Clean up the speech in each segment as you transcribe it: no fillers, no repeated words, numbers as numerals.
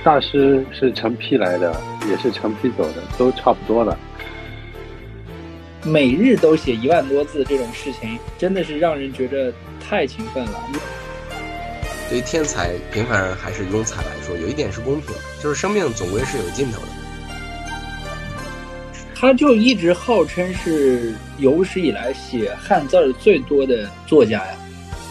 大师是成批来的，也是成批走的，都差不多了。 每日都写1万多字这种事情，真的是让人觉得太勤奋了。 对于天才、平凡人还是庸才来说，有一点是公平的，就是生命总归是有尽头的。 他就一直号称是有史以来写汉字最多的作家呀。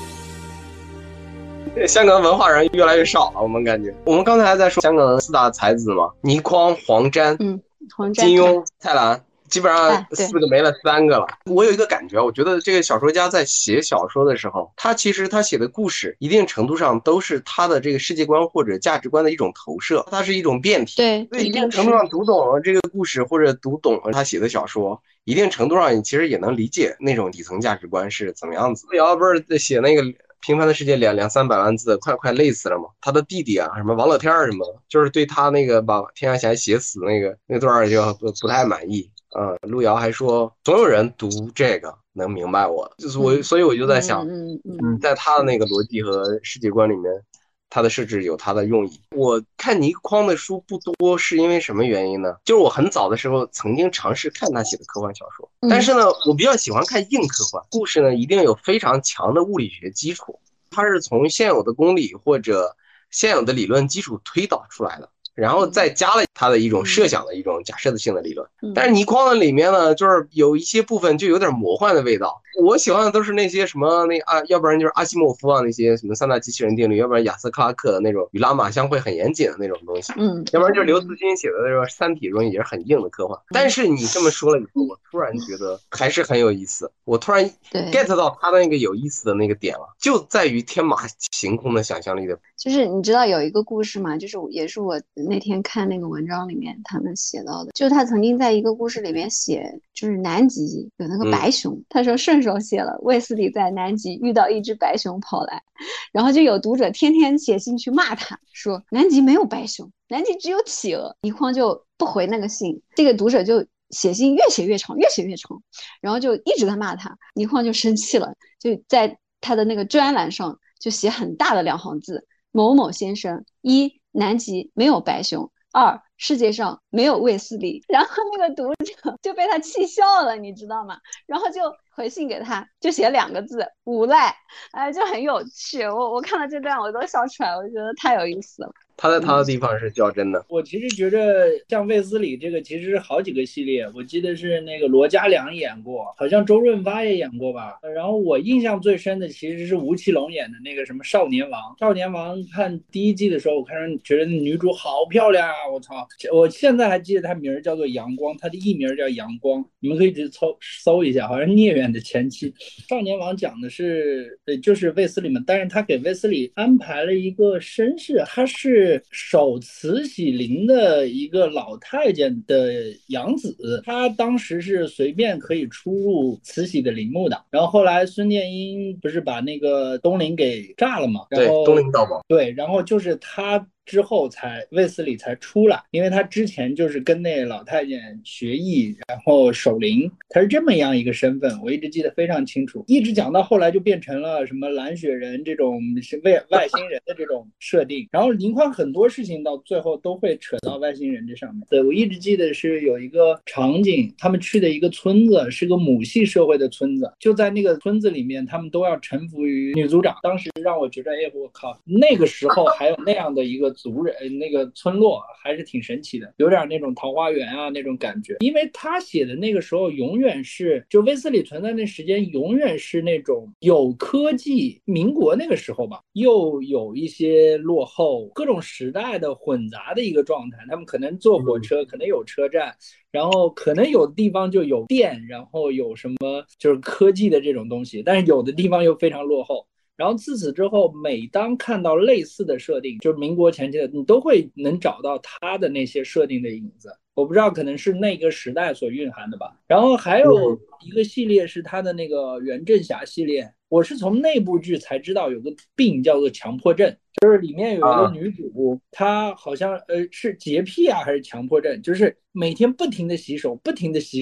香港文化人越来越少了，我们感觉。我们刚才还在说香港的4大才子嘛，倪匡、黄沾、金庸、蔡澜，基本上4个没了3个了。我有一个感觉，我觉得这个小说家在写小说的时候，他其实他写的故事一定程度上都是他的这个世界观或者价值观的一种投射，它是一种变体。 对， 所以一定程度上读懂了这个故事，或者读懂了他写的小说，一定程度上你其实也能理解那种底层价值观是怎么样子。姚不是写那个平凡的世界200-300万字，快累死了嘛。他的弟弟啊，什么王乐天什么，就是对他那个把天下侠写死那段就不太满意。路遥还说，总有人读这个能明白我，就是所以我就在想，在他的那个逻辑和世界观里面，他的设置有他的用意。我看倪匡的书不多，是因为什么原因呢？就是我很早的时候曾经尝试看他写的科幻小说，但是呢，我比较喜欢看硬科幻，故事呢一定有非常强的物理学基础，它是从现有的公理或者现有的理论基础推导出来的，然后再加了他的一种设想的一种假设性的理论。但是倪匡的里面呢，就是有一些部分就有点魔幻的味道。我喜欢的都是那些什么要不然就是阿西莫夫啊，那些什么3大机器人定律，要不然亚瑟克拉克的那种与拉玛相会很严谨的那种东西，要不然就是刘慈欣写的那种《三体》中也是很硬的科幻。但是你这么说了以后，我突然觉得还是很有意思。我突然 get 到他的那个有意思的那个点了，就在于天马行空的想象力的。 就是你知道有一个故事嘛，就是也是我那天看那个文章里面他们写到的，就是他曾经在一个故事里面写，就是南极有那个白熊，他说顺手写了卫斯理在南极遇到一只白熊跑来，然后就有读者天天写信去骂他，说南极没有白熊，南极只有企鹅。倪匡就不回那个信，这个读者就写信越写越长，越写越长，然后就一直在骂他。倪匡就生气了，就在他的那个专栏上就写很大的2行字：某某先生，1南极没有白熊，2世界上没有卫斯理。然后那个读者就被他气笑了，你知道吗？然后就回信给他，就写2个字：无赖。就很有趣。我看到这段我都笑出来，我觉得太有意思了。 他在他的地方是较真的。 我其实觉得像卫斯理这个其实是好几个系列，我记得是那个罗嘉良演过，好像周润发也演过吧。然后我印象最深的其实是吴奇隆演的那个什么少年王。少年王看第1季的时候，我看上觉得那女主好漂亮啊！我操，我现在还记得她名叫做阳光，她的艺名叫阳光，你们可以直接搜一下，好像聂远的前妻。少年王讲的是就是卫斯理嘛，但是他给卫斯理安排了一个身世，他是守慈禧陵的一个老太监的养子，他当时是随便可以出入慈禧的陵墓的。然后后来孙殿英不是把那个东陵给炸了嘛？然后对，东陵盗宝。 对，然后就是他之后卫斯理才出来，因为他之前就是跟那老太监学艺，然后守陵，他是这么样一个身份，我一直记得非常清楚，一直讲到后来就变成了什么蓝雪人这种是外星人的这种设定，然后倪匡很多事情到最后都会扯到外星人这上面。对，我一直记得是有一个场景，他们去的一个村子，是个母系社会的村子，就在那个村子里面，他们都要臣服于女族长。当时让我觉得，我靠，那个时候还有那样的一个族人，那个村落还是挺神奇的，有点那种桃花源啊那种感觉。因为他写的那个时候永远是，就卫斯理存在那时间永远是那种有科技，民国那个时候吧，又有一些落后，各种时代的混杂的一个状态。他们可能坐火车，可能有车站，然后可能有的地方就有电，然后有什么就是科技的这种东西，但是有的地方又非常落后。然后自此之后，每当看到类似的设定，就是民国前期的，你都会能找到他的那些设定的影子。我不知道，可能是那个时代所蕴含的吧。然后还有一个系列是他的那个袁振侠系列，我是从那部剧才知道有个病叫做强迫症，就是里面有一个女主，她好像是洁癖啊还是强迫症，就是每天不停的洗手，不停的洗手。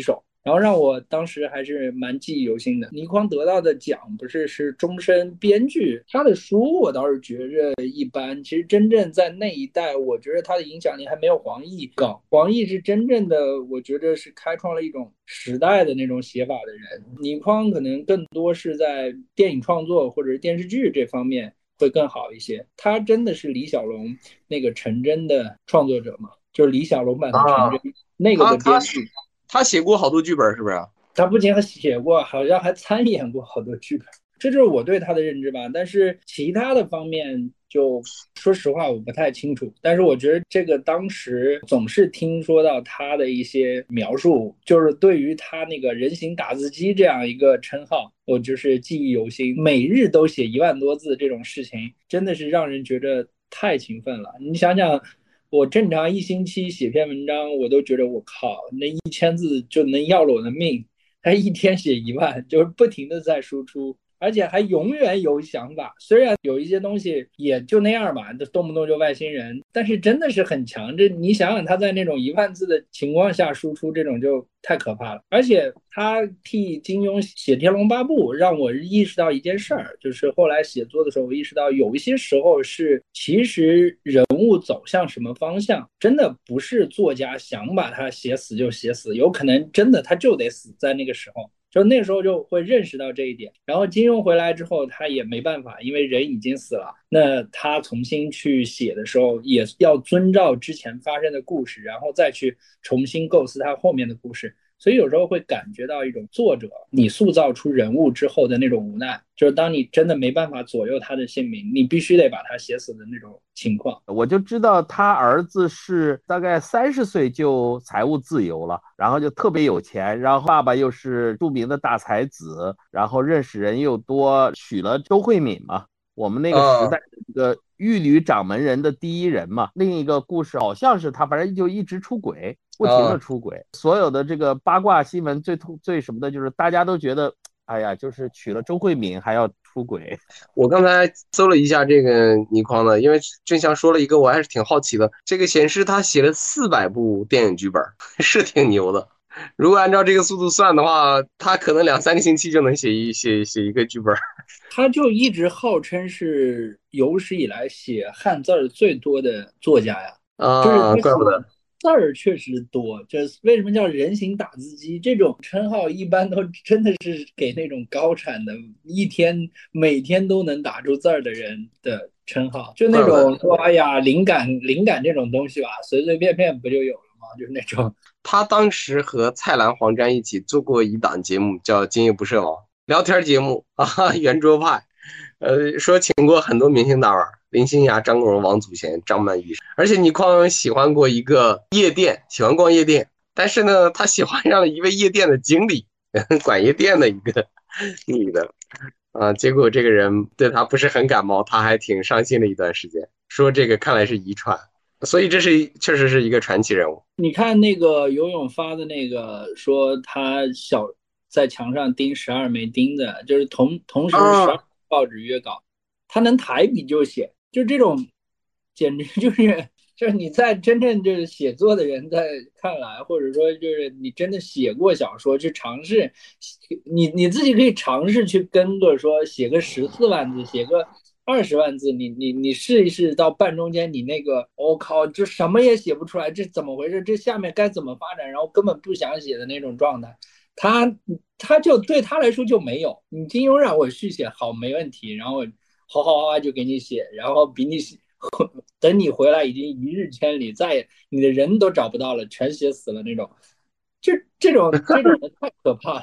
然后让我当时还是蛮记忆犹新的。倪匡得到的奖不是终身编剧，他的书我倒是觉着一般。其实真正在那一代，我觉得他的影响力还没有黄易高。黄易是真正的，我觉得是开创了一种时代的那种写法的人。倪匡可能更多是在电影创作或者是电视剧这方面会更好一些。他真的是李小龙那个陈真的创作者嘛，就是李小龙版的陈真，那个的编剧。 他写过好多剧本，是不是？ 他不仅写过，好像还参演过好多剧本，这就是我对他的认知吧。但是其他的方面，就说实话我不太清楚。但是我觉得这个当时总是听说到他的一些描述，就是对于他那个人形打字机这样一个称号，我就是记忆犹新。每日都写1万多字这种事情，真的是让人觉得太勤奋了。你想想。我正常1星期写篇文章，我都觉得我靠，那1000字就能要了我的命。他一天写1万，就是不停的在输出，而且还永远有想法。虽然有一些东西也就那样吧，动不动就外星人，但是真的是很强。这你想想，他在那种1万字的情况下输出，这种就太可怕了。而且他替金庸写《天龙八部》，让我意识到一件事儿，就是后来写作的时候，我意识到有一些时候是其实人物走向什么方向，真的不是作家想把他写死就写死，有可能真的他就得死在那个时候。就那时候就会认识到这一点。然后金庸回来之后，他也没办法，因为人已经死了。那他重新去写的时候，也要遵照之前发生的故事，然后再去重新构思他后面的故事。所以有时候会感觉到一种作者你塑造出人物之后的那种无奈，就是当你真的没办法左右他的姓名，你必须得把他写死的那种情况。 我就知道他儿子是大概30岁就财务自由了，然后就特别有钱，然后爸爸又是著名的大才子，然后认识人又多，娶了周慧敏嘛，我们那个时代这个玉女掌门人的第一人嘛。另一个故事好像是他反正就一直出轨，不停的出轨。所有的这个八卦新闻最什么的就是大家都觉得哎呀，就是娶了周慧敏还要出轨。 我刚才搜了一下这个倪匡的，因为郑翔说了一个我还是挺好奇的，这个显示他写了400部电影剧本，是挺牛的。如果按照这个速度算的话，他可能2-3个星期就能写一个剧本。 他就一直号称是有史以来写汉字最多的作家呀。就是怪不得字儿确实多，就是为什么叫人形打字机这种称号，一般都真的是给那种高产的，每天都能打出字儿的人的称号。就那种说哎呀灵感这种东西吧，随随便便不就有了吗？就是那种。 他当时和蔡澜、黄沾一起做过一档节目，叫《今夜不设防》聊天节目啊，圆桌派。说请过很多明星大腕，林青霞、张国荣、王祖贤、张曼玉。而且倪匡喜欢过一个夜店，喜欢逛夜店，但是呢，他喜欢上了一位夜店的经理，管夜店的一个女的结果这个人对他不是很感冒，他还挺伤心的一段时间，说这个看来是遗传。所以这确实是一个传奇人物。 你看那个游泳发的那个说他在墙上钉12枚钉子，就是同时12报纸约稿，他能抬笔就写，就这种简直就是你在真正就是写作的人在看来，或者说就是你真的写过小说去尝试，你自己可以尝试去跟个说写个14万字，写个20万字，你试一试，到半中间你那个我靠，这什么也写不出来，这怎么回事？这下面该怎么发展？然后根本不想写的那种状态，他就对他来说就没有。你金庸让我续写好没问题，然后哗就给你写，然后比你等你回来已经1日千里，你的人都找不到了，全写死了那种，这种的太可怕了。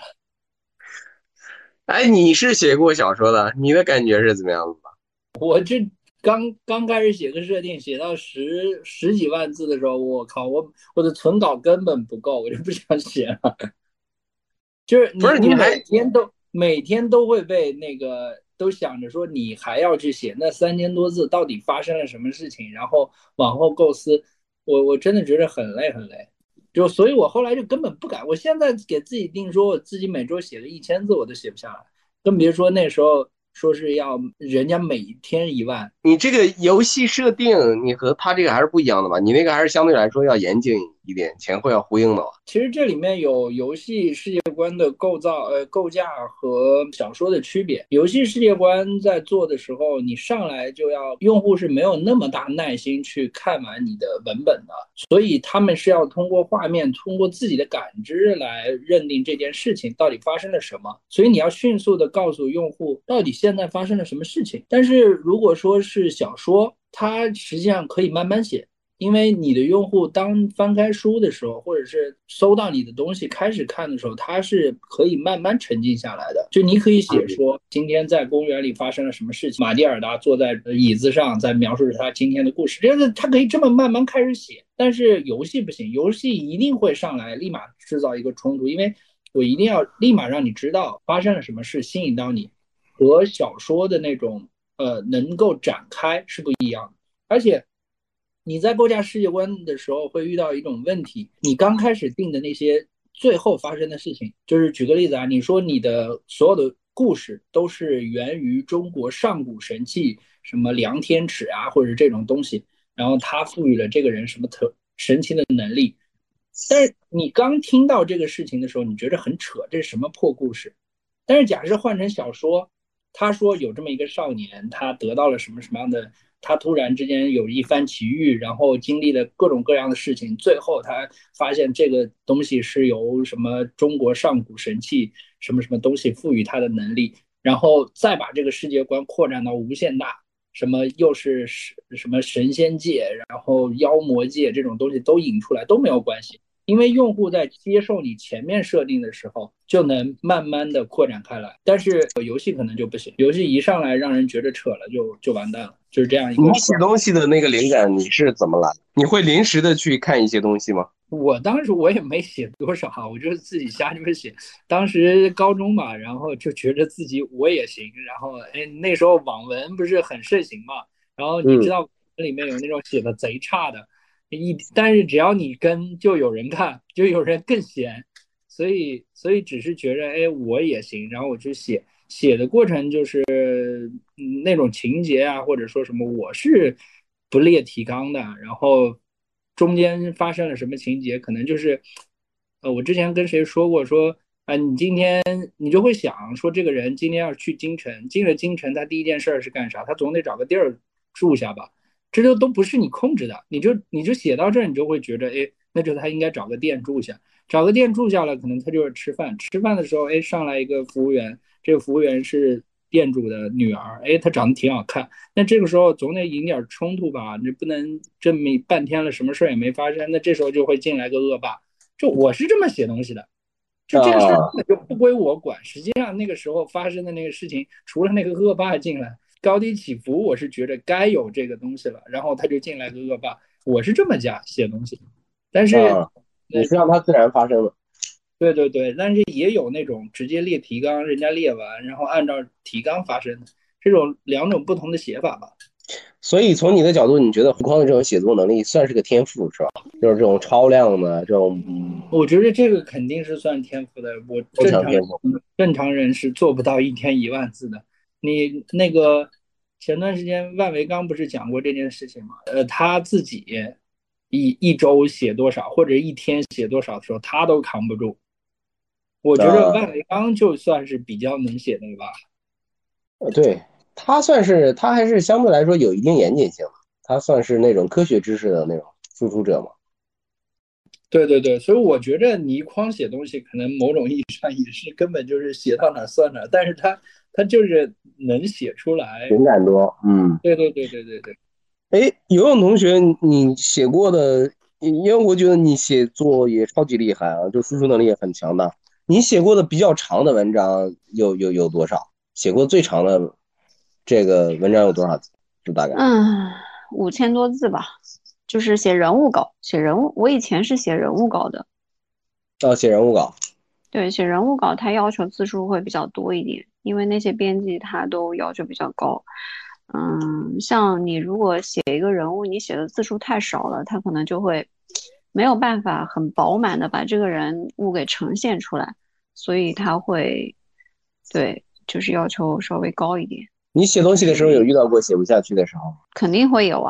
哎，你是写过小说的，你的感觉是怎么样的吧？ 我这刚开始写个设定，写到十几万字的时候，我靠，我的存稿根本不够，我就不想写了。就是你每天都会被那个都想着说你还要去写那3000多字到底发生了什么事情，然后往后构思，我真的觉得很累很累。所以我后来就根本不敢，我现在给自己定说我自己每周写个1000字我都写不下来，更别说那时候说是要人家每天1万。 你这个游戏设定你和他这个还是不一样的吧？你那个还是相对来说要严谨一点。 一点，前后要呼应的嘛。 其实这里面有游戏世界观的构架和小说的区别。游戏世界观在做的时候，你上来就要用户是没有那么大耐心去看完你的文本的，所以他们是要通过画面，通过自己的感知来认定这件事情到底发生了什么。所以你要迅速的告诉用户到底现在发生了什么事情。但是如果说是小说，它实际上可以慢慢写。因为你的用户当翻开书的时候，或者是搜到你的东西开始看的时候，他是可以慢慢沉浸下来的。就你可以写说，今天在公园里发生了什么事情，马蒂尔达坐在椅子上，在描述着他今天的故事，这个他可以这么慢慢开始写。但是游戏不行，游戏一定会上来立马制造一个冲突，因为我一定要立马让你知道发生了什么事，吸引到你，和小说的那种能够展开是不一样的。而且你在构架世界观的时候会遇到一种问题，你刚开始定的那些最后发生的事情，就是举个例子啊，你说你的所有的故事都是源于中国上古神器，什么量天尺啊，或者这种东西，然后它赋予了这个人什么神奇的能力，但是你刚听到这个事情的时候，你觉得很扯，这是什么破故事？但是假设换成小说，他说有这么一个少年，他得到了什么什么样的，他突然之间有一番奇遇，然后经历了各种各样的事情，最后他发现这个东西是由什么中国上古神器什么什么东西赋予他的能力，然后再把这个世界观扩展到无限大，什么又是什么神仙界，然后妖魔界这种东西都引出来都没有关系。因为用户在接受你前面设定的时候，就能慢慢的扩展开来。但是游戏可能就不行，游戏一上来让人觉得扯了，就完蛋了，就是这样一个。 你写东西的那个灵感你是怎么来？你会临时的去看一些东西吗？ 我当时我也没写多少，我就是自己瞎这么写。当时高中嘛，然后就觉得自己我也行，然后那时候网文不是很盛行嘛，然后你知道里面有那种写的贼差的。但是只要你跟，就有人看，就有人更闲，所以只是觉得我也行，然后我去写的过程就是那种情节啊，或者说什么我是不列提纲的，然后中间发生了什么情节，可能就是我之前跟谁说过说你今天你就会想说这个人今天要去京城，进了京城他第一件事是干啥？他总得找个地儿住下吧。这都不是你控制的，你就写到这儿，你就会觉得，那就他应该找个店住下，找个店住下了，可能他就是吃饭，吃饭的时候，上来一个服务员，这个服务员是店主的女儿，她长得挺好看，那这个时候总得引点冲突吧，你不能这么半天了，什么事也没发生，那这时候就会进来个恶霸，就我是这么写东西的。就这个事儿就不归我管，实际上那个时候发生的那个事情，除了那个恶霸进来，高低起伏，我是觉得该有这个东西了，然后他就进来个恶霸，我是这么写东西，但是你是让它自然发生的。 对对对，但是也有那种直接列提纲，人家列完，然后按照提纲发生的这种两种不同的写法吧。 所以从你的角度，你觉得胡匡的这种写作能力算是个天赋是吧？就是这种超量的这种， 我觉得这个肯定是算天赋的，我正常人是做不到一天1万字的。你那个前段时间万维钢不是讲过这件事情吗？他自己一周写多少，或者一天写多少的时候，他都扛不住。我觉得万维钢就算是比较能写的吧。 对，他还是相对来说有一定严谨性的，他算是那种科学知识的那种输出者嘛。 对对对，所以我觉得倪匡写东西可能某种意义上也是根本就是写到哪算哪，但是他就是能写出来， 灵感多。 对对对对对对。 游泳同学，你写过的，因为我觉得你写作也超级厉害啊，就输出能力也很强大。你写过的比较长的文章有多少？写过最长的这个文章有多少字？就大概 5000多字吧。就是写人物稿，我以前是写人物稿的。 写人物稿。 对，写人物稿，它要求字数会比较多一点，因为那些编辑他都要求比较高。像你如果写一个人物，你写的字数太少了，他可能就会没有办法很饱满的把这个人物给呈现出来，所以他会，对，就是要求稍微高一点。 你写东西的时候有遇到过写不下去的时候吗？ 肯定会有啊。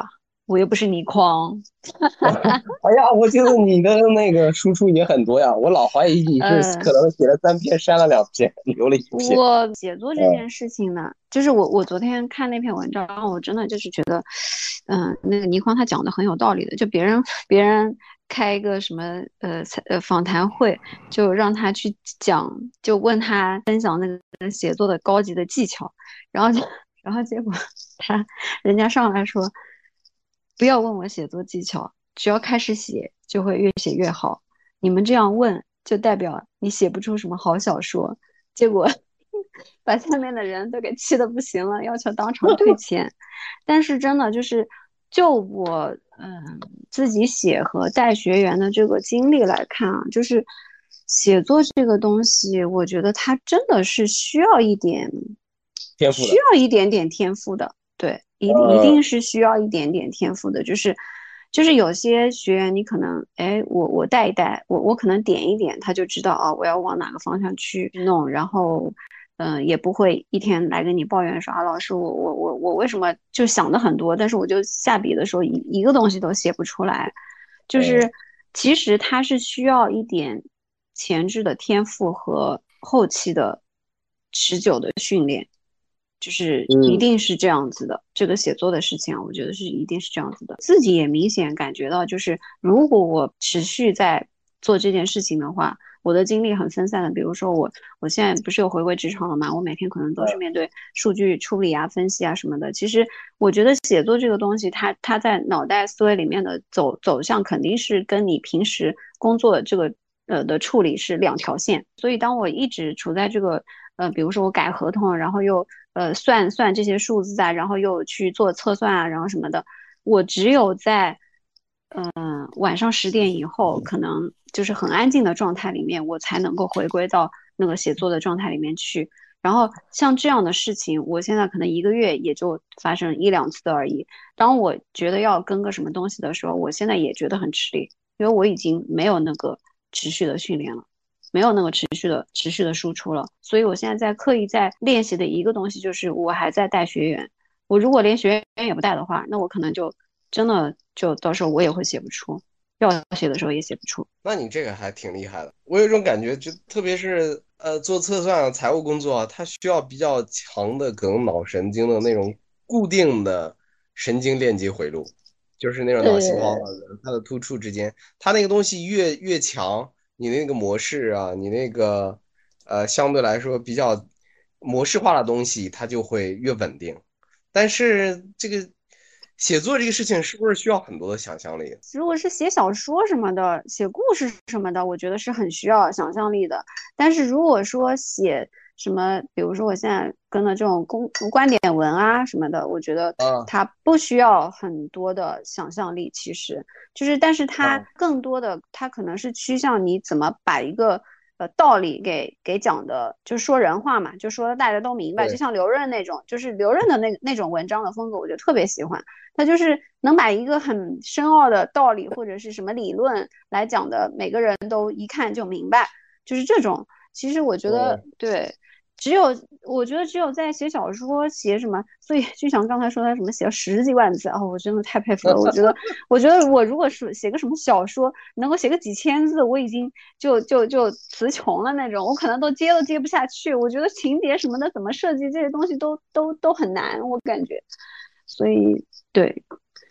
我又不是倪匡。 哎呀，我觉得你的那个输出也很多呀，我老怀疑你是可能写了3篇，删了2篇，留了1篇。 我写作这件事情呢，就是我昨天看那篇文章，我真的就是觉得，那个倪匡他讲的很有道理的，就别人开一个什么访谈会，就让他去讲，就问他分享那个写作的高级的技巧，然后结果人家上来说，不要问我写作技巧，只要开始写就会越写越好。你们这样问，就代表你写不出什么好小说。结果把下面的人都给气得不行了，要求当场退钱。但是真的就是，就我自己写和带学员的这个经历来看啊，就是写作这个东西，我觉得它真的是需要一点天赋的， 需要一点点天赋的。对，一定是需要一点点天赋的，就是有些学员你可能，哎，我带一带，我可能点一点，他就知道啊，我要往哪个方向去弄，然后，也不会一天来跟你抱怨说啊，老师，我为什么就想的很多，但是我就下笔的时候一个东西都写不出来，就是其实他是需要一点前置的天赋和后期的持久的训练。就是一定是这样子的，这个写作的事情啊，我觉得是一定是这样子的。自己也明显感觉到，就是如果我持续在做这件事情的话，我的精力很分散的。比如说我现在不是有回归职场了嘛，我每天可能都是面对数据处理啊、分析啊什么的。其实我觉得写作这个东西，它在脑袋思维里面的走向肯定是跟你平时工作这个的处理是两条线。所以当我一直处在这个比如说我改合同，然后又算这些数字啊，然后又去做测算啊，然后什么的，我只有在晚上10点以后，可能就是很安静的状态里面，我才能够回归到那个写作的状态里面去。然后像这样的事情，我现在可能1个月也就发生1、2次的而已。当我觉得要跟个什么东西的时候，我现在也觉得很吃力，因为我已经没有那个持续的训练了。没有那个持续的输出了，所以我现在刻意在练习的一个东西就是我还在带学员，我如果连学员也不带的话，那我可能就真的就到时候我也会写不出，要写的时候也写不出。 那你这个还挺厉害的。我有一种感觉，就特别是做测算啊、财务工作啊，它需要比较强的可能脑神经的那种固定的神经链接回路，就是那种脑细胞它的突触之间，它那个东西越强。你那个模式啊，你那个相对来说比较模式化的东西，它就会越稳定。但是这个写作这个事情是不是需要很多的想象力？ 如果是写小说什么的，写故事什么的，我觉得是很需要想象力的。但是如果说写什么，比如说我现在跟的这种观点文啊什么的，我觉得它不需要很多的想象力，其实就是，但是它更多的，它可能是趋向你怎么把一个道理给讲的，就说人话嘛，就说大家都明白，就像刘润那种，就是刘润的那种文章的风格，我就特别喜欢。他就是能把一个很深奥的道理或者是什么理论来讲的，每个人都一看就明白，就是这种。其实我觉得对。我觉得只有在写小说写什么，所以就像刚才说他什么写了10几万字啊，我真的太佩服了。我觉得我如果是写个什么小说，能够写个几千字，我已经就词穷了那种，我可能都接不下去。我觉得情节什么的怎么设计这些东西都很难，我感觉。所以对，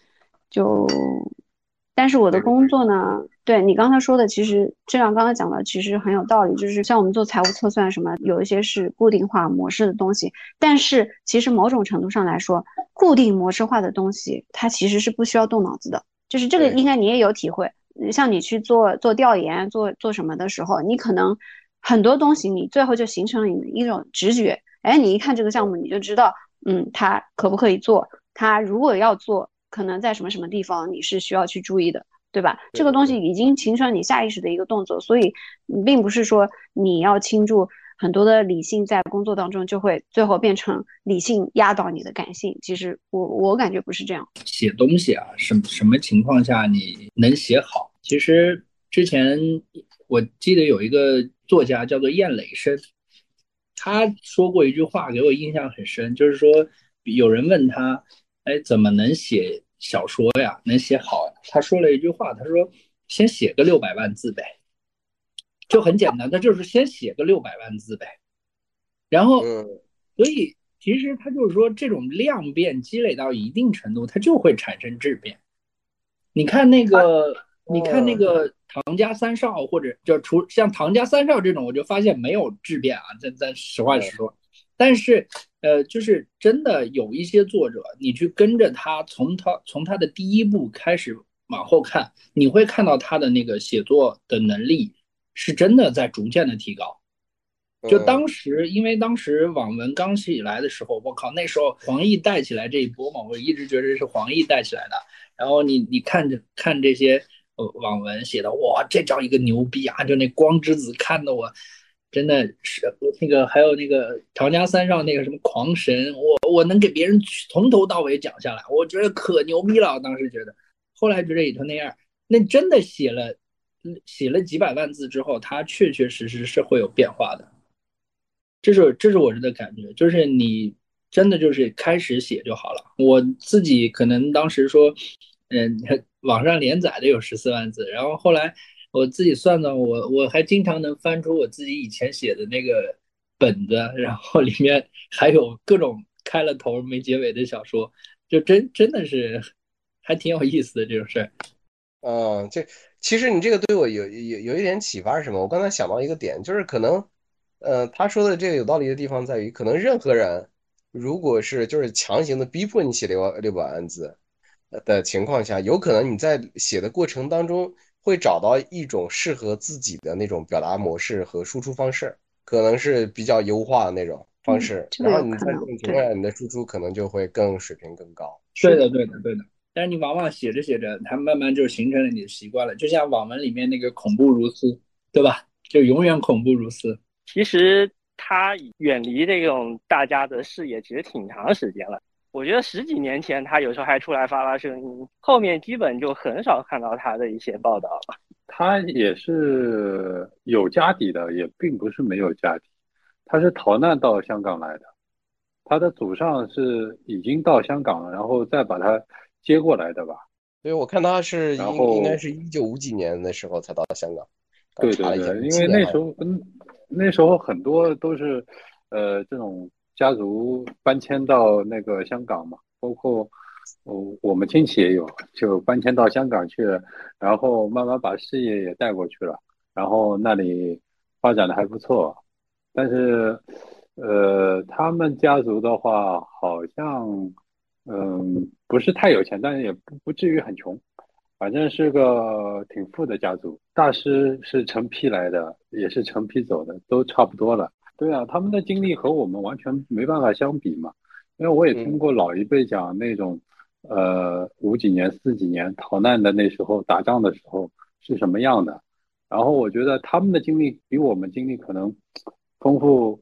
但是我的工作呢，对你刚才说的，其实这样刚才讲的其实很有道理，就是像我们做财务测算什么，有一些是固定化模式的东西，但是其实某种程度上来说，固定模式化的东西，它其实是不需要动脑子的，就是这个应该你也有体会。像你去做调研、做什么的时候，你可能很多东西你最后就形成了你的一种直觉，哎，你一看这个项目你就知道，它可不可以做，它如果要做。可能在什么什么地方你是需要去注意的，对吧？这个东西已经形成你下意识的一个动作，所以并不是说你要倾注很多的理性在工作当中，就会最后变成理性压倒你的感性。其实我感觉不是这样。 写东西啊，什么情况下你能写好？其实之前我记得有一个作家叫做燕磊生，他说过一句话给我印象很深，就是说有人问他，哎，怎么能写小说呀能写好呀，他说了一句话，他说先写个600万字呗，就很简单，他就是先写个600万字呗。然后，所以其实他就是说，这种量变积累到一定程度，它就会产生质变。你看那个，你看那个唐家三少，或者就像唐家三少这种，我就发现没有质变啊，咱实话实说。但是，就是真的有一些作者，你去跟着他，从他的第一部开始往后看，你会看到他的那个写作的能力是真的在逐渐的提高。就当时，因为当时网文刚起来的时候，我靠，那时候黄奕带起来这一波嘛，我一直觉得是黄奕带起来的。然后你看这些网文写的，哇，这叫一个牛逼啊！就那光之子看的我真的是那个，还有那个唐家三少那个什么狂神，我能给别人从头到尾讲下来，我觉得可牛逼了。当时觉得，后来觉得也就那样。那真的写了几百万字之后，它确确实实是会有变化的。这是我的感觉，就是你真的就是开始写就好了。我自己可能当时说，网上连载的有14万字，然后后来我自己算算，我还经常能翻出我自己以前写的那个本子，然后里面还有各种开了头没结尾的小说，就真的是还挺有意思的这种事儿。 这其实你这个对我有一点启发是什么？我刚才想到一个点，就是可能，他说的这个有道理的地方在于，可能任何人如果是就是强行的逼迫你写600万字的情况下，有可能你在写的过程当中会找到一种适合自己的那种表达模式和输出方式，可能是比较优化的那种方式， 这然后个有可能， 你在这种情况下，你的输出可能就会更水平更高。 对的，对的，对的。但是你往往写着写着，它慢慢就形成了你的习惯了。就像网文里面那个恐怖如斯，对吧？就永远恐怖如斯。 其实他远离这种大家的视野，其实挺长时间了。我觉得10几年前他有时候还出来发声音，后面基本就很少看到他的一些报道了。 他也是有家底的，也并不是没有家底。他是逃难到香港来的，他的祖上是已经到香港了，然后再把他接过来的吧。 所以我看他是然后应该是1950几年的时候才到香港。 对对对，因为那时候很多都是这种家族搬迁到那个香港嘛，包括我们亲戚也有，就搬迁到香港去了，然后慢慢把事业也带过去了，然后那里发展的还不错。但是他们家族的话好像不是太有钱，但是也不至于很穷。反正是个挺富的家族，大师是成批来的，也是成批走的，都差不多了。对啊，他们的经历和我们完全没办法相比嘛。因为我也听过老一辈讲那种，5几年、4几年逃难的那时候打仗的时候是什么样的。然后我觉得他们的经历比我们经历可能丰富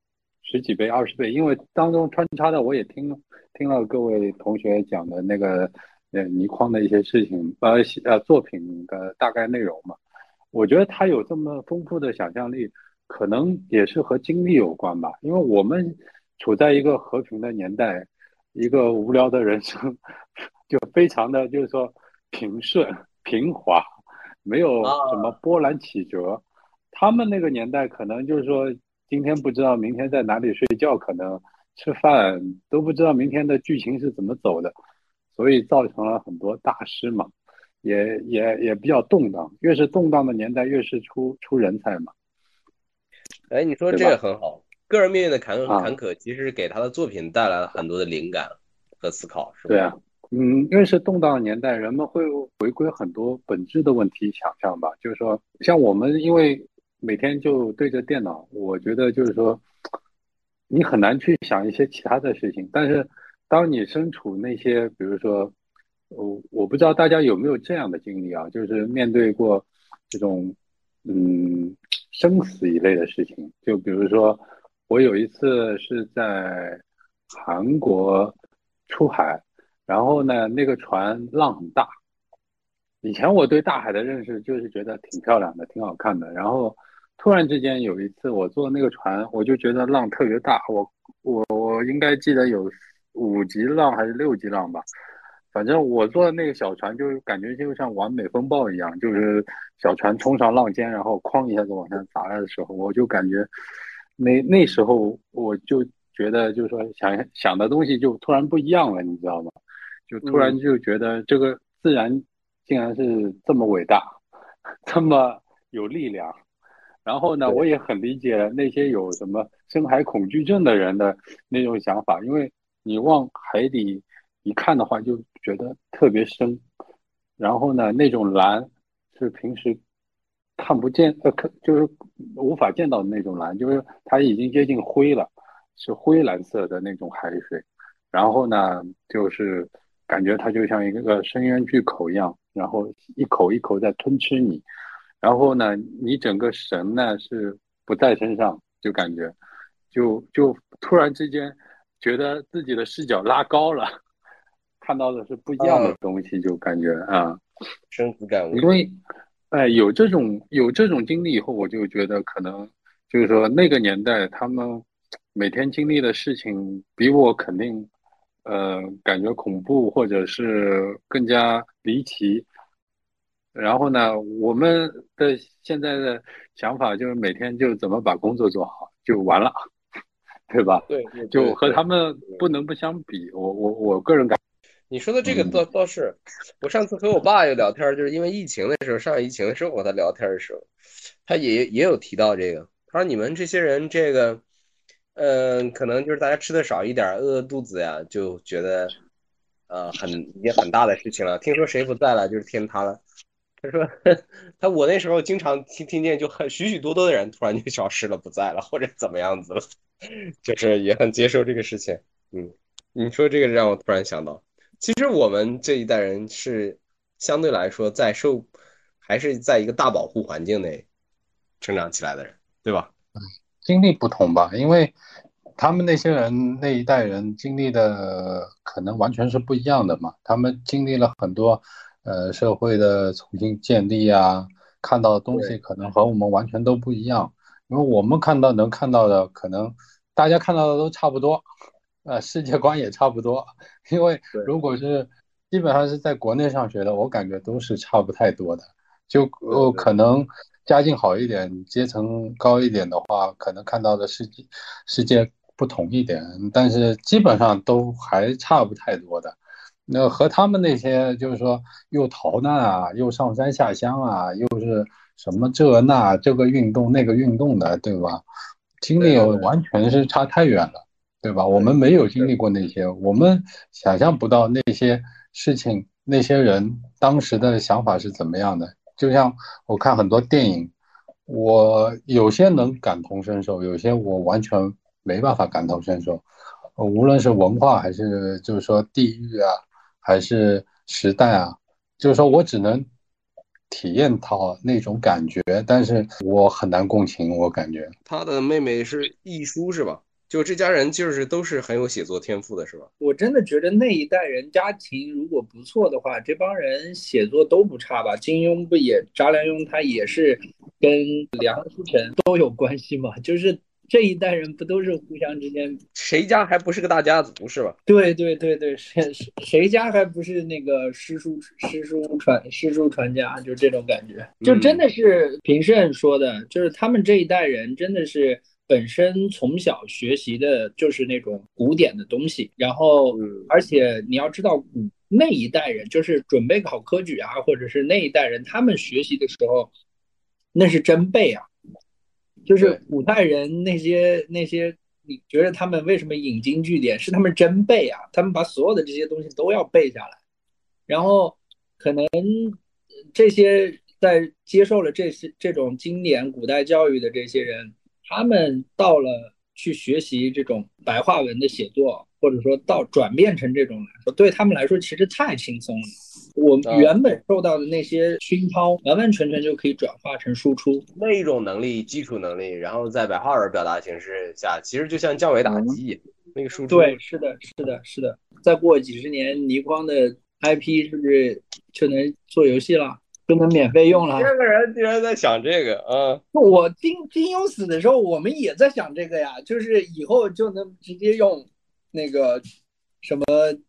10几倍、20倍，因为当中穿插的我也听了各位同学讲的那个倪匡的一些事情，作品的大概内容嘛。我觉得他有这么丰富的想象力，可能也是和经历有关吧。因为我们处在一个和平的年代，一个无聊的人生，就非常的就是说平顺平滑，没有什么波澜起折。他们那个年代可能就是说，今天不知道明天在哪里睡觉，可能吃饭都不知道明天的剧情是怎么走的，所以造成了很多大师嘛，也比较动荡。越是动荡的年代，越是出人才嘛。 哎，你说这个很好，个人命运的坎啊坷，其实给他的作品带来了很多的灵感和思考，是吧？ 对啊，越是动荡的年代，人们会回归很多本质的问题想象吧。就是说，像我们因为每天就对着电脑，我觉得就是说，你很难去想一些其他的事情。但是，当你身处那些，比如说，我不知道大家有没有这样的经历啊，就是面对过这种生死一类的事情。就比如说，我有一次是在韩国出海，然后呢，那个船浪很大。以前我对大海的认识就是觉得挺漂亮的，挺好看的。然后突然之间有一次我坐那个船，我就觉得浪特别大，我应该记得有5级浪还是6级浪吧。 反正我坐的那个小船，就是感觉就像完美风暴一样，就是小船冲上浪尖，然后哐一下子往下砸来的时候，我就感觉那时候我就觉得，就是说想的东西就突然不一样了，你知道吗？就突然就觉得这个自然竟然是这么伟大，这么有力量。然后呢，我也很理解那些有什么深海恐惧症的人的那种想法，因为你往海底一看的话，就觉得特别深。然后呢，那种蓝是平时看不见，就是无法见到的那种蓝，就是它已经接近灰了，是灰蓝色的那种海水。然后呢，就是感觉它就像一个深渊巨口一样，然后一口一口在吞吃你。然后呢，你整个神呢是不在身上，就感觉就突然之间觉得自己的视角拉高了，看到的是不一样的东西，就感觉啊， 生死感悟。 因为有这种经历以后，我就觉得可能就是说那个年代他们每天经历的事情比我肯定感觉恐怖或者是更加离奇。然后呢，我们的现在的想法就是每天就怎么把工作做好就完了，对吧？ 对对就对对， 和他们不能不相比。我个人感你说的这个倒是，我上次和我爸有聊天，就是因为疫情的时候，上疫情的时候和他聊天的时候，他也有提到这个。他说你们这些人这个，可能就是大家吃的少一点，饿肚子呀，就觉得一件很大的事情了。听说谁不在了，就是天塌了。他说我那时候经常听见就许许多多的人突然就消失了，不在了，或者怎么样子了，就是也很接受这个事情。你说这个让我突然想到。其实我们这一代人是相对来说还是在一个大保护环境内成长起来的人，对吧？ 经历不同吧，因为他们那些人那一代人经历的可能完全是不一样的嘛。他们经历了很多社会的重新建立啊，看到的东西可能和我们完全都不一样。因为我们能看到的，可能大家看到的都差不多，世界观也差不多。因为如果是基本上是在国内上学的，我感觉都是差不太多的。就可能家境好一点、阶层高一点的话，可能看到的世界不同一点，但是基本上都还差不太多的。那和他们那些就是说又逃难啊，又上山下乡啊，又是什么这个运动那个运动的，对吧？经历完全是差太远了，对吧？我们没有经历过那些，我们想象不到那些事情、那些人当时的想法是怎么样的。就像我看很多电影，我有些能感同身受，有些我完全没办法感同身受。无论是文化还是就是说地域啊，还是时代啊，就是说我只能体验到那种感觉，但是我很难共情，我感觉。 他的妹妹是艺书是吧？就这家人就是都是很有写作天赋的是吧？ 我真的觉得那一代人家庭如果不错的话，这帮人写作都不差吧？金庸不也，查良镛他也是跟梁思成都有关系嘛？就是这一代人不都是互相之间， 谁家还不是个大家族是吧？ 对对对对，谁家还不是那个诗书传家，就这种感觉，就真的是平胜说的，就是他们这一代人真的是本身从小学习的就是那种古典的东西，然后而且你要知道那一代人就是准备考科举啊，或者是那一代人他们学习的时候，那是真背啊。就是古代人那些，你觉得他们为什么引经据典？是他们真背啊，他们把所有的这些东西都要背下来。然后可能这些在接受了这种经典古代教育的这些人，他们到了去学习这种白话文的写作，或者说到转变成这种来说，对他们来说其实太轻松了。我原本受到的那些熏陶，完完全全就可以转化成输出。 那一种能力，基础能力，然后在白话文表达形式下，其实就像降维打击，那个输出。 对，是的，是的，是的。再过几十年，倪匡的 IP 是不是就能做游戏了？就能免费用了？ 这个人居然在想这个啊！ 我金庸死的时候，我们也在想这个呀，就是以后就能直接用那个什么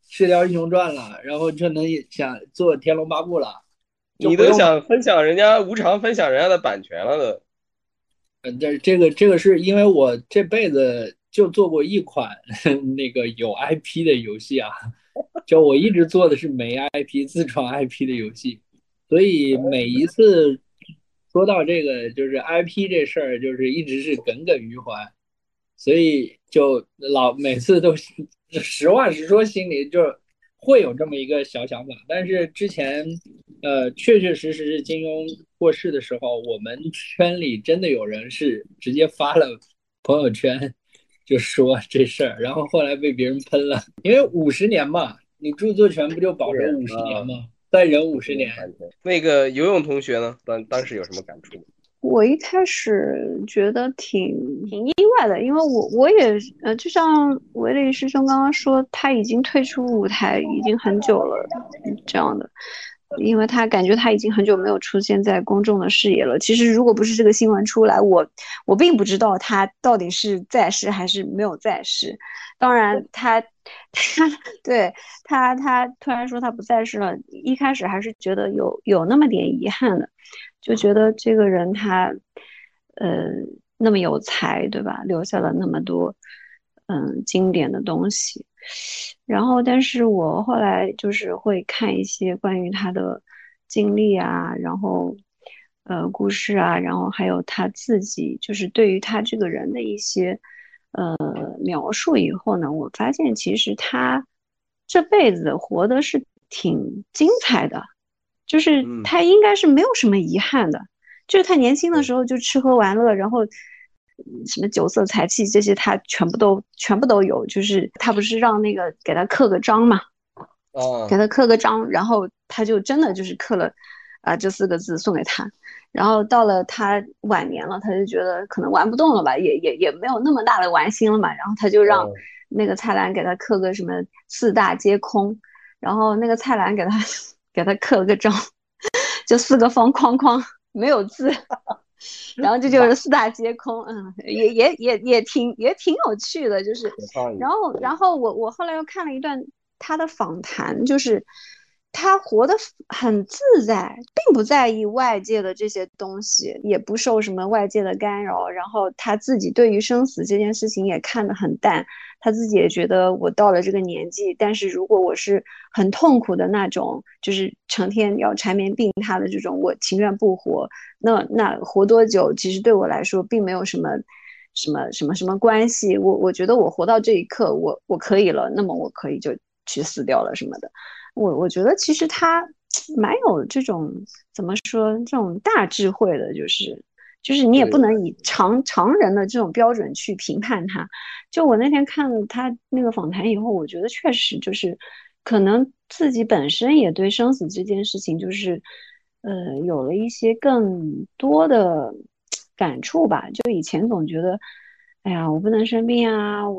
射雕英雄传了，然后就能想做天龙八部了， 你都想分享人家无偿分享人家的版权了都。 这个是因为我这辈子就做过一款那个有 IP 的游戏啊，就我一直做的是没 IP 自创 IP 的游戏，所以每一次说到这个就是 IP 这事儿，就是一直是耿耿于怀，所以就每次都实话实说，心里就会有这么一个小想法。但是之前确确实实是金庸过世的时候，我们圈里真的有人是直接发了朋友圈，就说这事儿，然后后来被别人喷了，因为50年嘛，你著作权不就保留50年吗？再忍50年。 那个游泳同学呢？当时有什么感触？ 我一开始觉得挺意外的，因为我也就像维利师兄刚刚说，他已经退出舞台已经很久了，这样的，因为他感觉他已经很久没有出现在公众的视野了。其实如果不是这个新闻出来，我并不知道他到底是在世还是没有在世。当然他对他突然说他不在世了，一开始还是觉得有那么点遗憾的。就觉得这个人他，那么有才，对吧？留下了那么多，经典的东西。然后，但是我后来就是会看一些关于他的经历啊，然后，故事啊，然后还有他自己，就是对于他这个人的一些，描述以后呢，我发现其实他这辈子活的是挺精彩的。就是他应该是没有什么遗憾的，就是他年轻的时候就吃喝玩乐，然后什么酒色财气这些他全部都有。就是他不是让那个给他刻个章嘛，给他刻个章，然后他就真的就是刻了这4个字送给他。然后到了他晚年了，他就觉得可能玩不动了吧，也没有那么大的玩心了嘛，然后他就让那个蔡澜给他刻个什么4大皆空，然后那个蔡澜给他刻了个章，就4个方框框没有字，然后这就是4大皆空。也挺有趣的，就是然后我后来又看了一段他的访谈，就是他活得很自在，并不在意外界的这些东西，也不受什么外界的干扰，然后他自己对于生死这件事情也看得很淡。他自己也觉得我到了这个年纪，但是如果我是很痛苦的那种，就是成天要缠绵病榻的这种，我情愿不活。那活多久其实对我来说并没有什么关系。我觉得我活到这一刻，我可以了，那么我可以就去死掉了什么的。我觉得其实他蛮有这种怎么说这种大智慧的，就是你也不能以常人的这种标准去评判他。就我那天看了他那个访谈以后，我觉得确实就是可能自己本身也对生死这件事情就是有了一些更多的感触吧。就以前总觉得哎呀我不能生病啊，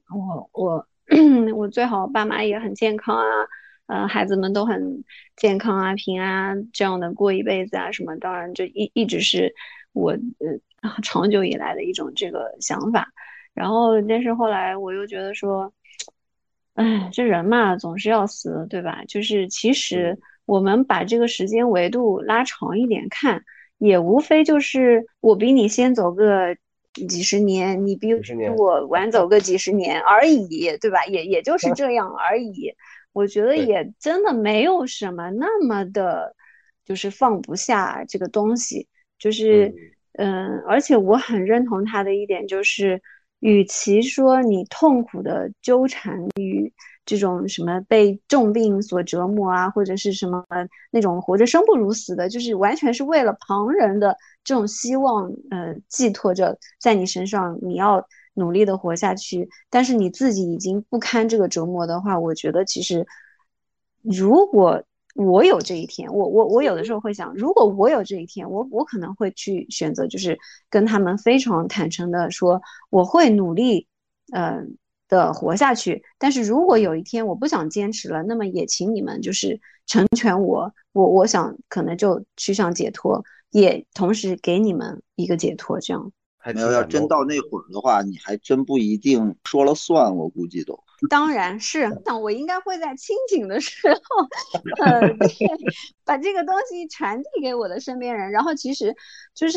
我最好爸妈也很健康啊，孩子们都很健康啊平安这样的过一辈子啊什么。当然这一直是我长久以来的一种这个想法。然后但是后来我又觉得说，哎，这人嘛总是要死，对吧？就是其实我们把这个时间维度拉长一点看，也无非就是我比你先走个几十年，你比我晚走个几十年而已，对吧？也就是这样而已。我觉得也真的没有什么那么的，就是放不下这个东西。就是而且我很认同他的一点，就是与其说你痛苦的纠缠于这种什么被重病所折磨啊，或者是什么那种活着生不如死的，就是完全是为了旁人的这种希望寄托着在你身上，你要努力的活下去，但是你自己已经不堪这个折磨的话，我觉得其实如果我有这一天，我有的时候会想，如果我有这一天，我可能会去选择，就是跟他们非常坦诚的说，我会努力，的活下去。但是如果有一天我不想坚持了，那么也请你们就是成全我想可能就趋向解脱，也同时给你们一个解脱，这样。 没有，要真到那会儿的话，你还真不一定说了算，我估计都。 当然是，那我应该会在清醒的时候，对，把这个东西传递给我的身边人。然后其实就是，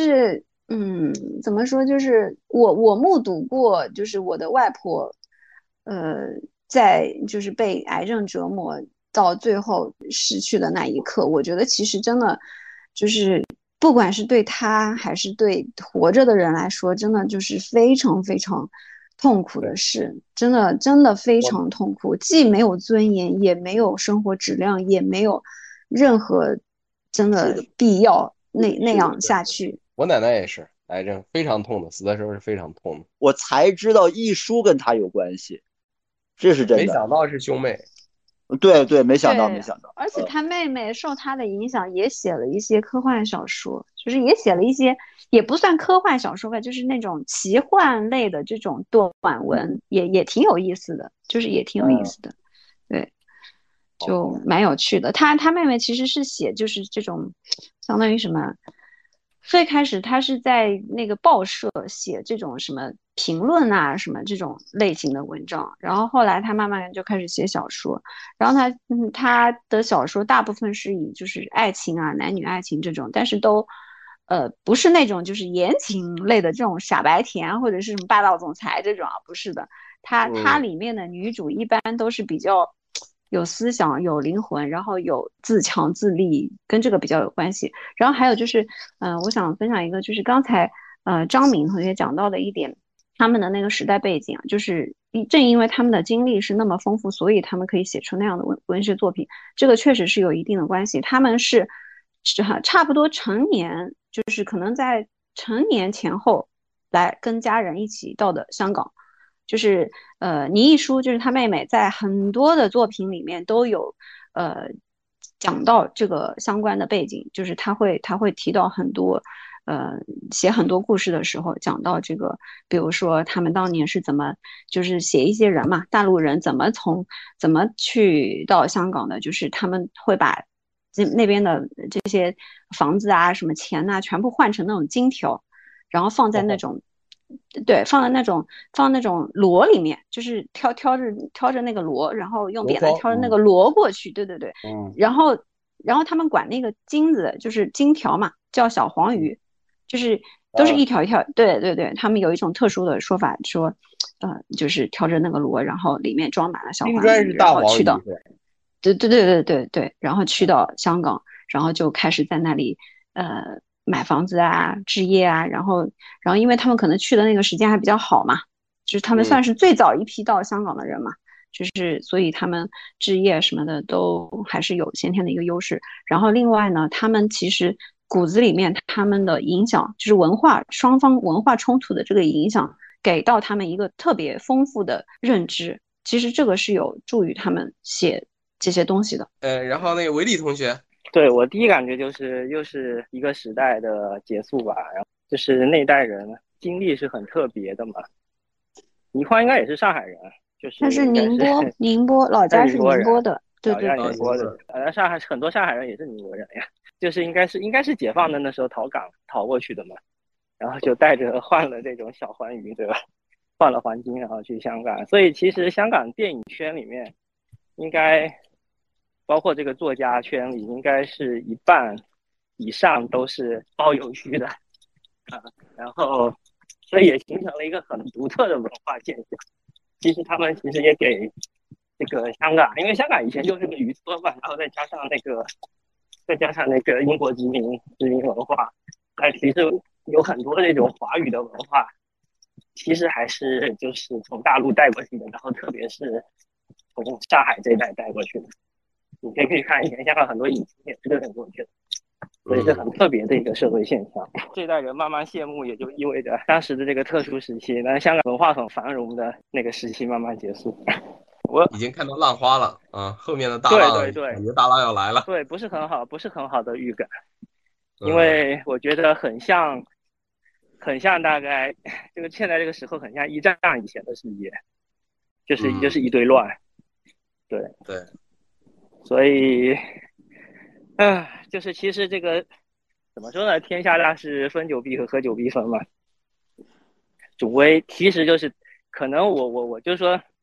怎么说，就是我目睹过，就是我的外婆，在就是被癌症折磨到最后逝去的那一刻，我觉得其实真的就是。不管是对他还是对活着的人来说，真的就是非常非常痛苦的事，真的真的非常痛苦，既没有尊严，也没有生活质量，也没有任何真的必要那样下去。 我奶奶也是癌症，非常痛的，死的时候是非常痛的。 我才知道一书跟他有关系，这是真的。 没想到是兄妹。 对对，没想到， 而且他妹妹受他的影响，也写了一些科幻小说，就是也写了一些，也不算科幻小说吧，就是那种奇幻类的这种短文，也挺有意思的，就是也挺有意思的，对，就蛮有趣的。他妹妹其实是写就是这种，相当于什么？最开始他是在那个报社写这种什么评论啊，什么这种类型的文章，然后后来他慢慢就开始写小说，然后他的小说大部分是以就是爱情啊，男女爱情这种，但是都不是那种就是言情类的这种傻白甜或者是什么霸道总裁这种啊，不是的，他里面的女主一般都是比较有思想、有灵魂，然后有自强自立，跟这个比较有关系。然后还有就是，我想分享一个，就是刚才张敏同学讲到的一点，他们的那个时代背景啊，就是正因为他们的经历是那么丰富，所以他们可以写出那样的文学作品，这个确实是有一定的关系。他们是差不多成年，就是可能在成年前后来跟家人一起到的香港。就是倪一书就是他妹妹，在很多的作品里面都有讲到这个相关的背景，就是他会提到很多写很多故事的时候讲到这个，比如说他们当年是怎么就是写一些人嘛，大陆人怎么去到香港的，就是他们会把那边的这些房子啊什么钱呐、全部换成那种金条，然后放在那种。对，放在那种箩里面，就是挑着那个箩，然后用扁担挑着那个箩过去。对对对，然后他们管那个金子就是金条嘛，叫小黄鱼，就是都是一条一条。对对对，他们有一种特殊的说法，说就是挑着那个箩，然后里面装满了小黄鱼，然后去到，对，然后去到香港，然后就开始在那里买房子啊，置业啊，然后因为他们可能去的那个时间还比较好嘛，就是他们算是最早一批到香港的人嘛，就是所以他们置业什么的都还是有先天的一个优势。然后另外呢，他们其实骨子里面他们的影响，就是双方文化冲突的这个影响，给到他们一个特别丰富的认知。其实这个是有助于他们写这些东西的。 然后那个维利同学。 对，我第一感觉就是又是一个时代的结束吧，然后就是那代人经历是很特别的嘛。倪匡应该也是上海人，就是他是宁波老家是宁波的，对对对，宁波的。上海很多上海人也是宁波人呀，就是应该是解放的那时候逃港逃过去的嘛，然后就带着换了这种小黄鱼，对吧？换了黄金，然后去香港。所以其实香港电影圈里面应该。包括这个作家圈里，应该是一半以上都是包邮区的然后所以也形成了一个很独特的文化现象。其实他们也给这个香港，因为香港以前就是个渔村嘛，然后再加上那个英国殖民文化，其实有很多那种华语的文化，其实还是就是从大陆带过去的，然后特别是从上海这一带带过去的。你可以看以前香港很多影视也是这种过去的，所以是很特别的一个社会现象。这代人慢慢谢幕，也就意味着当时的这个特殊时期，那香港文化很繁荣的那个时期慢慢结束。 我已经看到浪花了啊，后面的大浪， 对， 感觉大浪要来了。 对，不是很好的预感，因为我觉得很像大概这个现在这个时候很像一战以前的世界，就是一堆乱，对。所以，就是其实这个怎么说呢？天下大事，分久必合，合久必分嘛。总归其实就是可能我就说，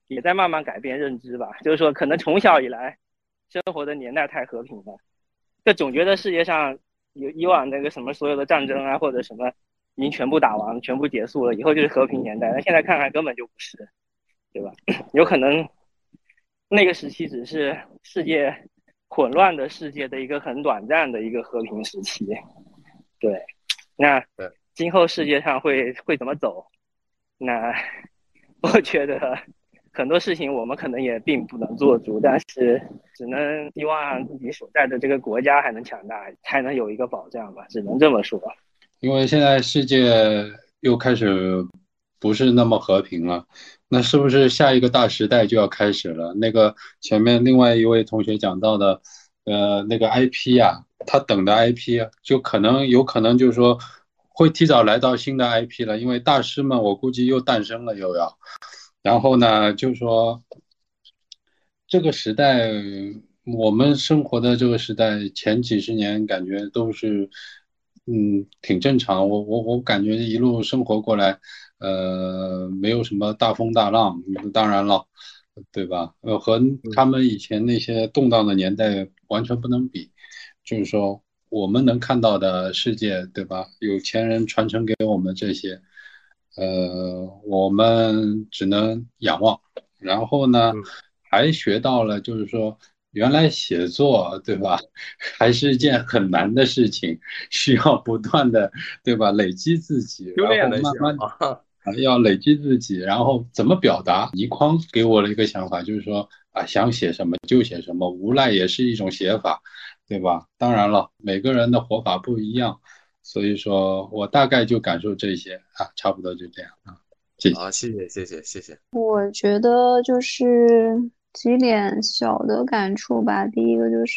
也在慢慢改变认知吧。就是说，可能从小以来生活的年代太和平了，就总觉得世界上有以往那个什么所有的战争啊或者什么已经全部打完、全部结束了，以后就是和平年代。那现在看看根本就不是，对吧？有可能那个时期只是世界混乱的世界的一个很短暂的一个和平时期。对，那今后世界上会怎么走？那我觉得很多事情我们可能也并不能做主，但是只能希望自己所在的这个国家还能强大，才能有一个保障吧，只能这么说。 因为现在世界又开始不是那么和平了，那是不是下一个大时代就要开始了？那个前面另外一位同学讲到的，那个 IP 啊，他等的 IP 啊，有可能就是说会提早来到新的 IP 了，因为大师们我估计又诞生了又要，然后呢，就是说这个时代，我们生活的这个时代，前几十年感觉都是，挺正常。我感觉一路生活过来，没有什么大风大浪，当然了，对吧？和他们以前那些动荡的年代完全不能比。就是说，我们能看到的世界，对吧？有钱人传承给我们这些，我们只能仰望。然后呢，还学到了，就是说，原来写作，对吧，还是一件很难的事情，需要不断的，对吧，累积自己， 修然后炼的需要慢慢啊。 要累积自己，然后怎么表达？倪匡给我了一个想法，就是说啊，想写什么就写什么，无赖也是一种写法，对吧？当然了，每个人的活法不一样，所以说我大概就感受这些啊，差不多就这样啊，谢谢。 好，谢谢谢谢谢谢。 我觉得就是几点小的感触吧。第一个就是，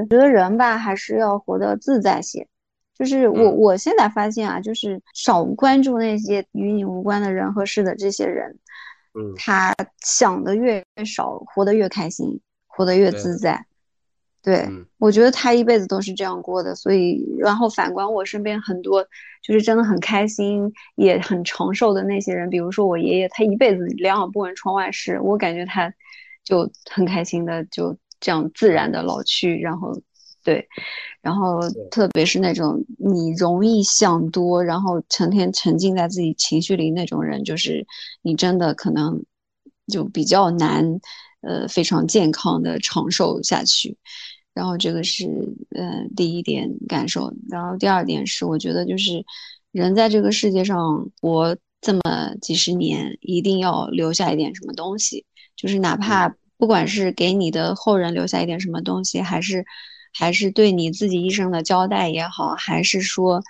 觉得人吧还是要活得自在些。就是我现在发现啊，就是少关注那些与你无关的人和事的这些人，他想的越少，活得越开心，活得越自在。对，我觉得他一辈子都是这样过的，所以，然后反观我身边很多就是真的很开心，也很长寿的那些人，比如说我爷爷，他一辈子两耳不闻窗外事，我感觉他就很开心的就这样自然的老去，然后对，然后特别是那种你容易想多，然后成天沉浸在自己情绪里那种人，就是你真的可能就比较难，非常健康的长寿下去。然后这个是第一点感受，然后第二点是我觉得就是人在这个世界上活这么几十年，一定要留下一点什么东西，就是哪怕不管是给你的后人留下一点什么东西，还是对你自己一生的交代也好，还是说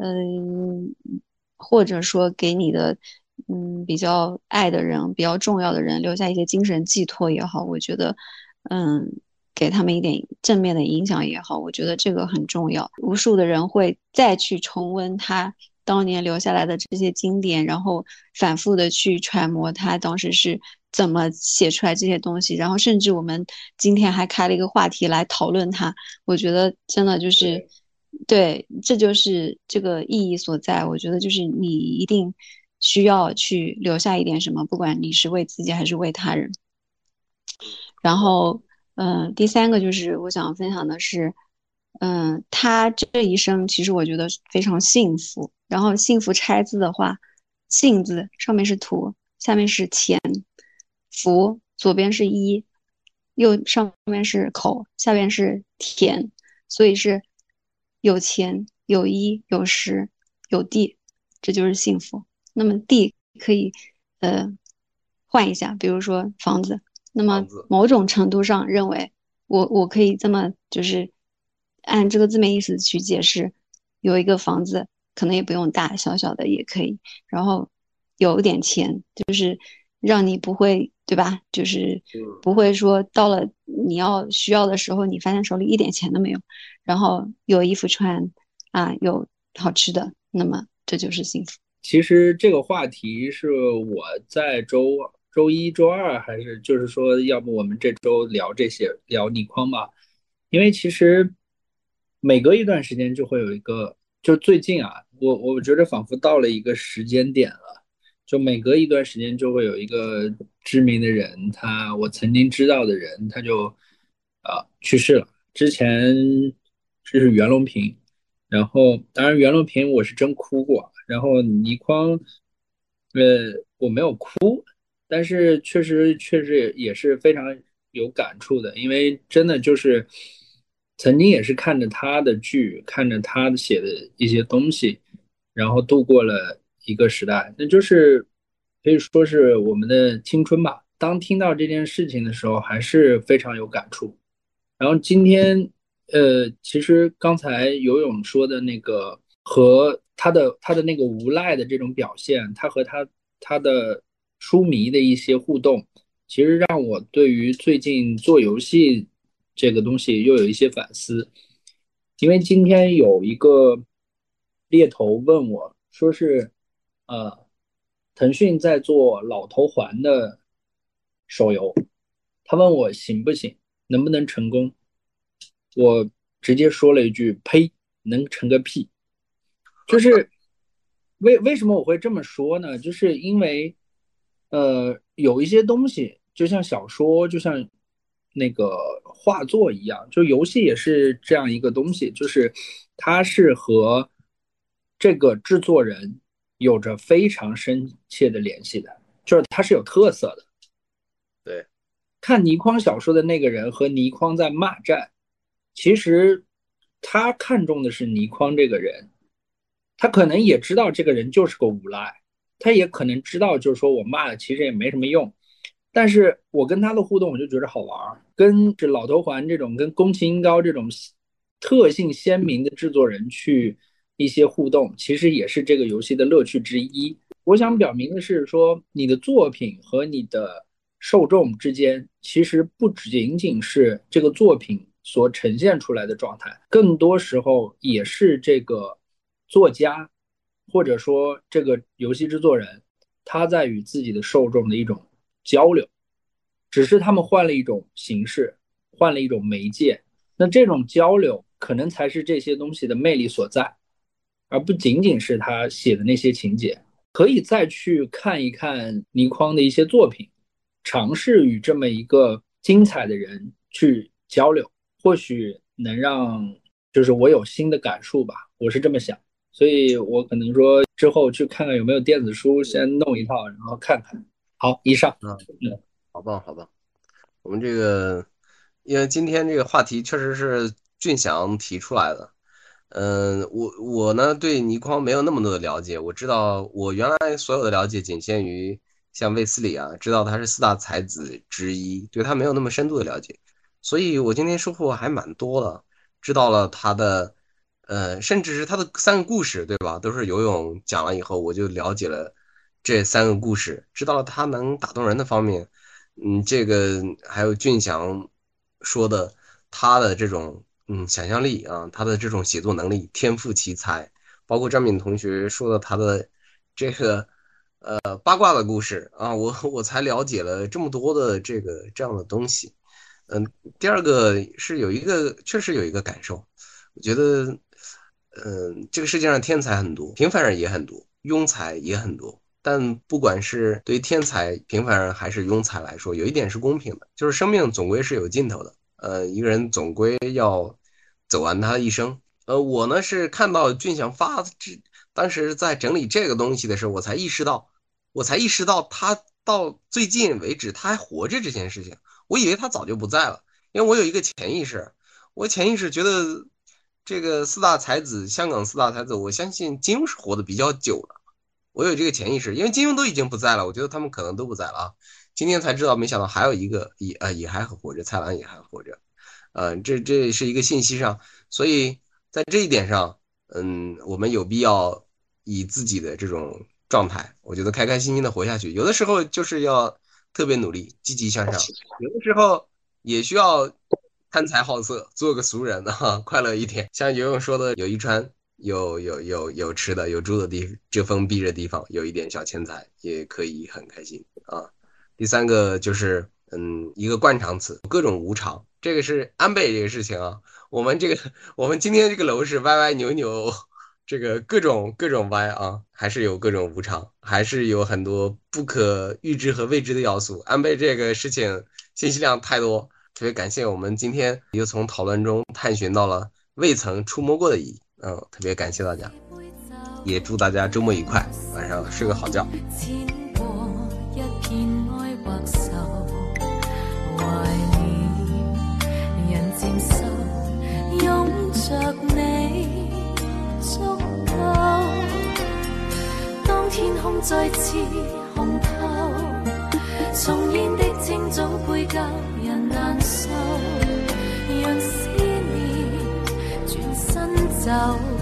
或者说给你的比较爱的人、比较重要的人留下一些精神寄托也好，我觉得给他们一点正面的影响也好，我觉得这个很重要。无数的人会再去重温他当年留下来的这些经典，然后反复的去揣摩他当时是怎么写出来这些东西，然后甚至我们今天还开了一个话题来讨论它。我觉得真的就是对，这就是这个意义所在。我觉得就是你一定需要去留下一点什么，不管你是为自己还是为他人。然后第三个就是我想分享的是，他这一生其实我觉得非常幸福。然后幸福拆字的话，幸字上面是土，下面是钱，福左边是一，上面是口，下边是田，所以是有钱、有衣、有食、有地，这就是幸福。那么地可以换一下，比如说房子。那么某种程度上认为我可以这么就是按这个字面意思去解释，有一个房子可能也不用大，小小的也可以，然后有点钱，就是让你不会对吧？就是不会说到了你需要的时候，你发现手里一点钱都没有，然后有衣服穿啊，有好吃的，那么这就是幸福。 其实这个话题是我在周一、周二，还是就是说，要不我们这周聊这些，聊倪匡吧。因为其实每隔一段时间就会有一个，就最近啊，我觉得仿佛到了一个时间点了， 就每隔一段时间就会有一个知名的人，我曾经知道的人，他就去世了。之前这是袁隆平，然后当然袁隆平我是真哭过，然后倪匡，我没有哭，但是确实也是非常有感触的，因为真的就是曾经也是看着他的剧，看着他写的一些东西，然后度过了一个时代，那就是可以说是我们的青春吧。当听到这件事情的时候，还是非常有感触。然后今天，其实刚才游泳说的那个和他的那个无赖的这种表现，他和他的书迷的一些互动，其实让我对于最近做游戏这个东西又有一些反思。因为今天有一个猎头问我说是，腾讯在做老头环的手游，他问我行不行，能不能成功？我直接说了一句：呸，能成个屁！就是为什么我会这么说呢？就是因为有一些东西，就像小说，就像那个画作一样，就游戏也是这样一个东西，就是它是和这个制作人有着非常深切的联系的，就是它是有特色的。 对， 看倪匡小说的那个人和倪匡在骂战，其实他看重的是倪匡这个人，他可能也知道这个人就是个无赖，他也可能知道就是说我骂了其实也没什么用，但是我跟他的互动我就觉得好玩，跟这老头环这种跟宫崎英高这种特性鲜明的制作人去一些互动，其实也是这个游戏的乐趣之一。我想表明的是说，你的作品和你的受众之间，其实不仅仅是这个作品所呈现出来的状态，更多时候也是这个作家或者说这个游戏制作人他在与自己的受众的一种交流，只是他们换了一种形式，换了一种媒介。那这种交流可能才是这些东西的魅力所在，而不仅仅是他写的那些情节。可以再去看一看倪匡的一些作品，尝试与这么一个精彩的人去交流，或许能让就是我有新的感触吧，我是这么想。所以我可能说之后去看看有没有电子书，先弄一套，然后看看。好，以上。 好棒好棒。我们这个，因为今天这个话题确实是俊祥提出来的。我呢对倪匡没有那么多的了解，我知道我原来所有的了解仅限于像卫斯理啊，知道他是四大才子之一，对他没有那么深度的了解，所以我今天收获还蛮多的，知道了他的甚至是他的3个故事，对吧？都是游泳讲了以后，我就了解了这3个故事，知道了他能打动人的方面。这个还有俊祥说的他的这种想象力啊，他的这种写作能力，天赋奇才，包括张敏同学说的他的这个八卦的故事啊，我才了解了这么多的这样的东西。第二个是确实有一个感受，我觉得这个世界上天才很多，平凡人也很多，庸才也很多。但不管是对于天才、平凡人还是庸才来说，有一点是公平的，就是生命总归是有尽头的。一个人总归要走完他的一生。我呢是看到俊祥当时在整理这个东西的时候，我才意识到他到最近为止他还活着这件事情。我以为他早就不在了，因为我有一个潜意识，我潜意识觉得这个香港四大才子，我相信金庸是活得比较久的。我有这个潜意识，因为金庸都已经不在了，我觉得他们可能都不在了啊。今天才知道，没想到还有一个也还活着，蔡澜也还活着。这是一个信息上，所以在这一点上，我们有必要以自己的这种状态，我觉得开开心心的活下去。有的时候就是要特别努力，积极向上；有的时候也需要贪财好色，做个俗人啊，快乐一点。像游泳说的，有一川。有吃的，有住的遮风避热地方，有一点小钱财也可以很开心啊。第3个就是一个惯常词，各种无常，这个是安倍这个事情啊。我们今天这个楼是歪歪扭扭， 这个各种歪啊，还是有各种无常，还是有很多不可预知和未知的要素。安倍这个事情信息量太多，特别感谢我们今天又从讨论中探寻到了未曾触摸过的意义。特别感谢大家，也祝大家周末愉快，晚上睡个好觉。 當天空再次紅透，重現的清早倍教人難受，讓思念轉身走。